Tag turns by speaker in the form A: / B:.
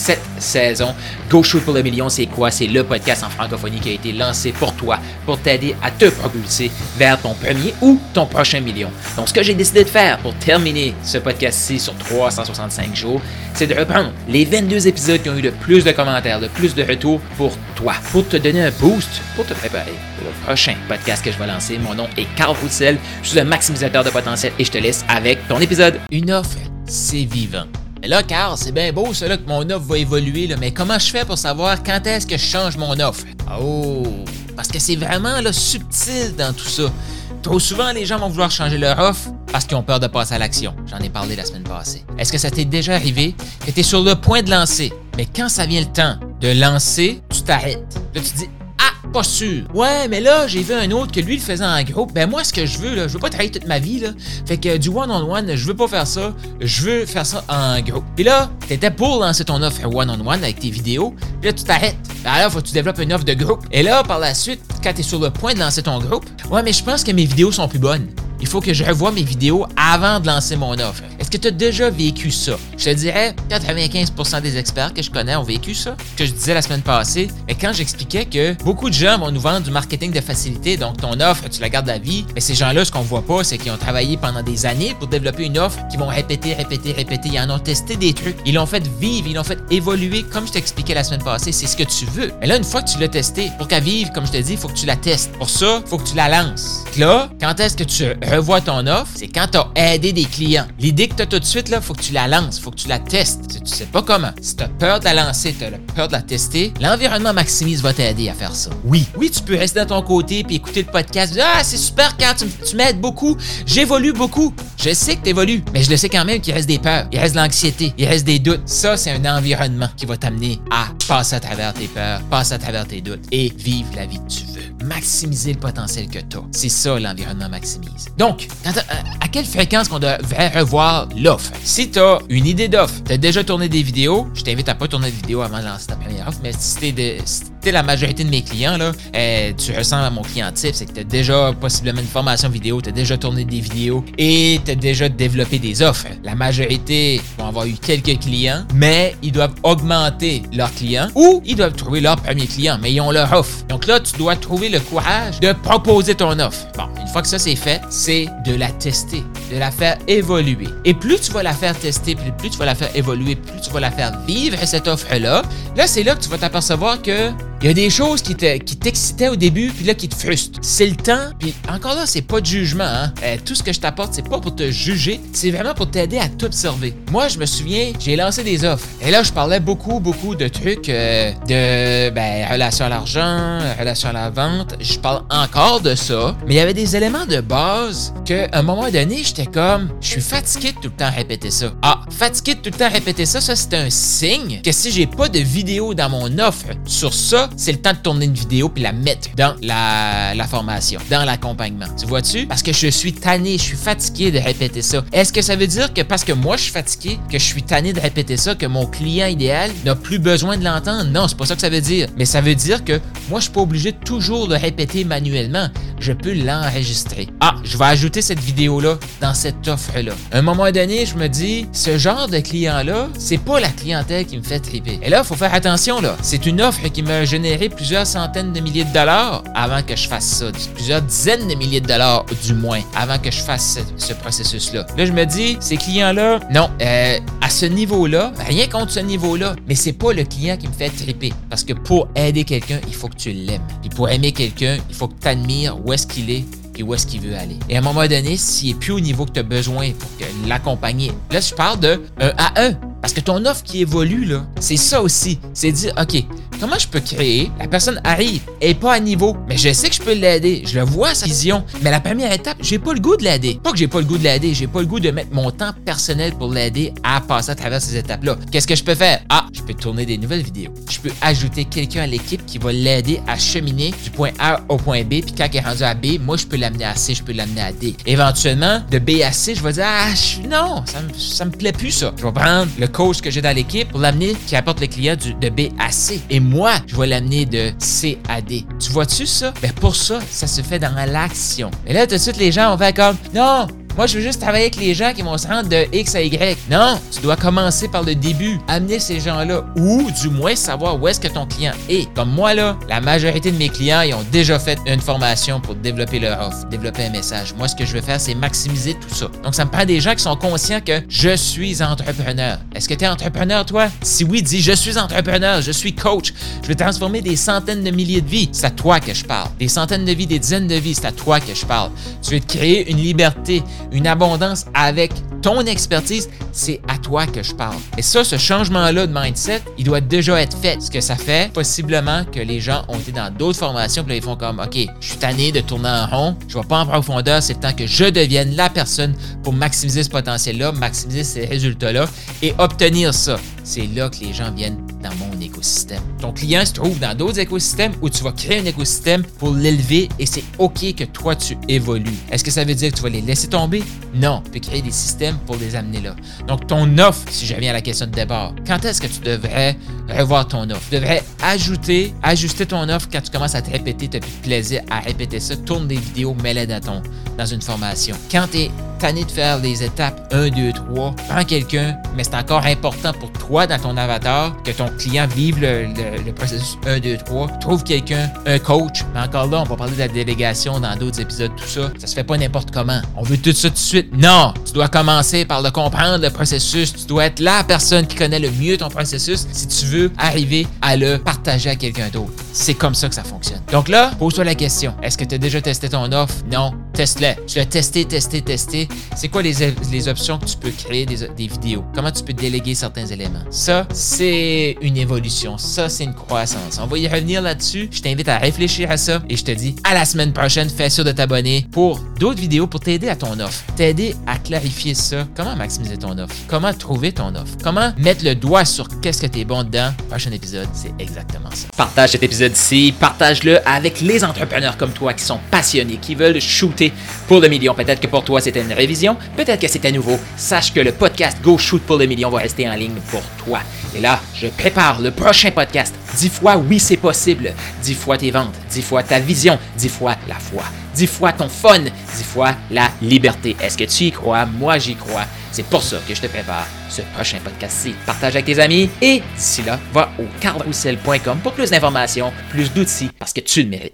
A: cette saison. Go Shoot pour le million, c'est quoi? C'est le podcast en francophonie qui a été lancé pour toi, pour t'aider à te propulser vers ton premier ou ton prochain million. Donc, ce que j'ai décidé de faire pour terminer ce podcast-ci sur 365 jours, c'est de reprendre les 22 épisodes qui ont eu le plus de commentaires, le plus de retours pour toi, pour te donner un boost, pour te préparer pour le prochain podcast que je vais lancer. Mon nom est Carl Roussel, je suis un maximisateur de potentiel et je te laisse avec ton épisode. Une offre, c'est vivant. Mais là, Carl, c'est bien beau ça là, que mon offre va évoluer, là, mais comment je fais pour savoir quand est-ce que je change mon offre? Oh, parce que c'est vraiment là, subtil dans tout ça. Trop souvent, les gens vont vouloir changer leur offre parce qu'ils ont peur de passer à l'action. J'en ai parlé la semaine passée. Est-ce que ça t'est déjà arrivé que tu es sur le point de lancer, mais quand ça vient le temps de lancer, tu t'arrêtes. Là, tu te dis « Ah, pas sûr. Ouais, mais là, j'ai vu un autre que lui le faisait en groupe. Ben moi, ce que je veux, là, je veux pas travailler toute ma vie, là. Fait que du one-on-one, je veux pas faire ça. Je veux faire ça en groupe. Puis là, t'étais pour lancer ton offre one-on-one avec tes vidéos. Puis là, tu t'arrêtes. Ben alors, faut que tu développes une offre de groupe. Et là, par la suite, quand t'es sur le point de lancer ton groupe, ouais, mais je pense que mes vidéos sont plus bonnes. Il faut que je revoie mes vidéos avant de lancer mon offre. Est-ce que tu as déjà vécu ça? Je te dirais, 95% des experts que je connais ont vécu ça. Ce que je disais la semaine passée, mais quand j'expliquais que beaucoup de gens vont nous vendre du marketing de facilité, donc ton offre, tu la gardes à vie, mais ces gens-là, ce qu'on voit pas, c'est qu'ils ont travaillé pendant des années pour développer une offre qu'ils vont répéter. Ils en ont testé des trucs, ils l'ont fait vivre, ils l'ont fait évoluer, comme je t'expliquais la semaine passée, c'est ce que tu veux. Mais là, une fois que tu l'as testé, pour qu'elle vive, comme je te dis, il faut que tu la testes. Pour ça, il faut que tu la lances. Là, quand est-ce que tu revois ton offre? C'est quand tu as aidé des clients. L'idée que tu as tout de suite, il faut que tu la lances, il faut que tu la testes. Si tu sais pas comment, si tu as peur de la lancer, tu as peur de la tester, l'environnement Maximise va t'aider à faire ça. Oui, tu peux rester dans ton côté puis écouter le podcast. Ah, c'est super, Carl, tu m'aides beaucoup. J'évolue beaucoup. Je sais que tu évolues, mais je le sais quand même qu'il reste des peurs, il reste de l'anxiété, il reste des doutes. Ça, c'est un environnement qui va t'amener à passer à travers tes peurs, passer à travers tes doutes et vivre la vie que tu veux. Maximiser le potentiel que tu as. C'est ça, l'environnement Maximise. Donc, à quelle fréquence qu'on devrait revoir l'offre? Si tu as une idée d'offre, tu as déjà tourné des vidéos, je t'invite à pas tourner de vidéo avant de lancer ta première offre, mais si t'es la majorité de mes clients, là, tu ressembles à mon client type, c'est que tu as déjà possiblement une formation vidéo, tu as déjà tourné des vidéos et tu as déjà développé des offres. La majorité vont avoir eu quelques clients, mais ils doivent augmenter leurs clients ou ils doivent trouver leur premier client, mais ils ont leur offre. Donc là, tu dois trouver le courage de proposer ton offre. Bon, une fois que ça c'est fait, c'est de la tester, de la faire évoluer. Et plus tu vas la faire tester, plus tu vas la faire évoluer, plus tu vas la faire vivre cette offre-là, là c'est là que tu vas t'apercevoir que il y a des choses qui t'excitaient au début, puis là qui te frustrent. C'est le temps, puis encore là, c'est pas de jugement. Hein? Tout ce que je t'apporte, c'est pas pour te juger, c'est vraiment pour t'aider à t'observer. Moi, je me souviens, j'ai lancé des offres. Et là, je parlais beaucoup de trucs de relation à l'argent, relation à la vente. Je parle encore de ça, mais il y avait des éléments de base qu'à un moment donné, j'étais comme, je suis fatigué de tout le temps répéter ça. Ah, fatigué de tout le temps répéter ça, c'est un signe que si j'ai pas de vidéo dans mon offre sur ça, c'est le temps de tourner une vidéo puis la mettre dans la formation, dans l'accompagnement. Tu vois-tu? Parce que je suis tanné, je suis fatigué de répéter ça. Est-ce que ça veut dire que parce que moi je suis fatigué, que je suis tanné de répéter ça, que mon client idéal n'a plus besoin de l'entendre? Non, c'est pas ça que ça veut dire. Mais ça veut dire que moi je suis pas obligé de toujours le répéter manuellement. Je peux l'enregistrer. Ah, je vais ajouter cette vidéo-là dans cette offre-là. À un moment donné, je me dis, ce genre de client-là, c'est pas la clientèle qui me fait triper. Et là, il faut faire attention, là. C'est une offre qui m'a généré plusieurs centaines de milliers de dollars avant que je fasse ça. Plusieurs dizaines de milliers de dollars, du moins, avant que je fasse ce processus-là. Là, je me dis, ces clients-là, non, à ce niveau-là, rien contre ce niveau-là, mais c'est pas le client qui me fait triper. Parce que pour aider quelqu'un, il faut que tu l'aimes. Et pour aimer quelqu'un, il faut que tu admires où est-ce qu'il est et où est-ce qu'il veut aller. Et à un moment donné, s'il n'est plus au niveau que tu as besoin pour l'accompagner, là, je parle de 1 à 1. Parce que ton offre qui évolue, là, c'est ça aussi. C'est dire, OK, comment je peux créer? La personne arrive, elle n'est pas à niveau, mais je sais que je peux l'aider. Je le vois, sa vision. Mais la première étape, j'ai pas le goût de l'aider. Pas que j'ai pas le goût de l'aider, j'ai pas le goût de mettre mon temps personnel pour l'aider à passer à travers ces étapes-là. Qu'est-ce que je peux faire? Ah, je peux tourner des nouvelles vidéos. Je peux ajouter quelqu'un à l'équipe qui va l'aider à cheminer du point A au point B, puis quand il est rendu à B, moi, je peux l'amener à C, je peux l'amener à D. Éventuellement, de B à C, je vais dire, non, ça me plaît plus ça. Je vais prendre le coach que j'ai dans l'équipe pour l'amener qui apporte le client de B à C. Et moi, je vais l'amener de C à D. Tu vois-tu ça? Ben pour ça, ça se fait dans l'action. Et là, tout de suite, les gens vont faire comme, non, Moi, je veux juste travailler avec les gens qui vont se rendre de X à Y. Non, tu dois commencer par le début. Amener ces gens-là ou du moins savoir où est-ce que ton client est. Comme moi, là, la majorité de mes clients, ils ont déjà fait une formation pour développer leur offre, développer un message. Moi, ce que je veux faire, c'est maximiser tout ça. Donc, ça me prend des gens qui sont conscients que je suis entrepreneur. Est-ce que tu es entrepreneur, toi? Si oui, dis « Je suis entrepreneur, je suis coach. Je veux transformer des centaines de milliers de vies. » C'est à toi que je parle. Des centaines de vies, des dizaines de vies, c'est à toi que je parle. Tu veux te créer une liberté, une abondance avec ton expertise, c'est à toi que je parle. Et ça, ce changement-là de mindset, il doit déjà être fait. Ce que ça fait, possiblement que les gens ont été dans d'autres formations, puis là, ils font comme, OK, je suis tanné de tourner en rond, je ne vais pas en profondeur, c'est le temps que je devienne la personne pour maximiser ce potentiel-là, maximiser ces résultats-là et obtenir ça. C'est là que les gens viennent dans mon écosystème. Ton client se trouve dans d'autres écosystèmes où tu vas créer un écosystème pour l'élever et c'est OK que toi, tu évolues. Est-ce que ça veut dire que tu vas les laisser tomber? Non. Tu peux créer des systèmes pour les amener là. Donc, ton offre, si je reviens à la question de départ, quand est-ce que tu devrais revoir ton offre? Tu devrais ajuster ton offre quand tu commences à te répéter, tu n'as plus de plaisir à répéter ça. Tourne des vidéos, mets-les dans une formation. Quand tu es tanné de faire les étapes 1, 2, 3, prends quelqu'un, mais c'est encore important pour toi dans ton avatar que ton client vive le processus 1, 2, 3. Trouve quelqu'un, un coach. Mais encore là, on va parler de la délégation dans d'autres épisodes, tout ça. Ça se fait pas n'importe comment. On veut tout ça tout de suite. Non! Tu dois commencer par le comprendre, le processus. Tu dois être la personne qui connaît le mieux ton processus si tu veux arriver à le partager à quelqu'un d'autre. C'est comme ça que ça fonctionne. Donc là, pose-toi la question. Est-ce que tu as déjà testé ton offre? Non. Teste-le. Tu l'as testé. C'est quoi les options que tu peux créer des vidéos? Comment tu peux déléguer certains éléments? Ça, c'est une évolution. Ça, c'est une croissance. On va y revenir là-dessus. Je t'invite à réfléchir à ça et je te dis à la semaine prochaine. Fais sûr de t'abonner pour d'autres vidéos pour t'aider à ton offre. T'aider à clarifier ça. Comment maximiser ton offre? Comment trouver ton offre? Comment mettre le doigt sur qu'est-ce que tu es bon dedans? Prochain épisode, c'est exactement ça. Partage cet épisode-ci. Partage-le avec les entrepreneurs comme toi qui sont passionnés, qui veulent shooter pour le million. Peut-être que pour toi, c'était une révision. Peut-être que c'était nouveau. Sache que le podcast Go Shoot pour le million va rester en ligne pour toi. Et là, je prépare le prochain podcast. 10 fois oui, c'est possible. 10 fois tes ventes. 10 fois ta vision. 10 fois la foi. 10 fois ton fun. 10 fois la liberté. Est-ce que tu y crois? Moi, j'y crois. C'est pour ça que je te prépare ce prochain podcast-ci. Partage avec tes amis et d'ici là, va au carrousel.com pour plus d'informations, plus d'outils parce que tu le mérites.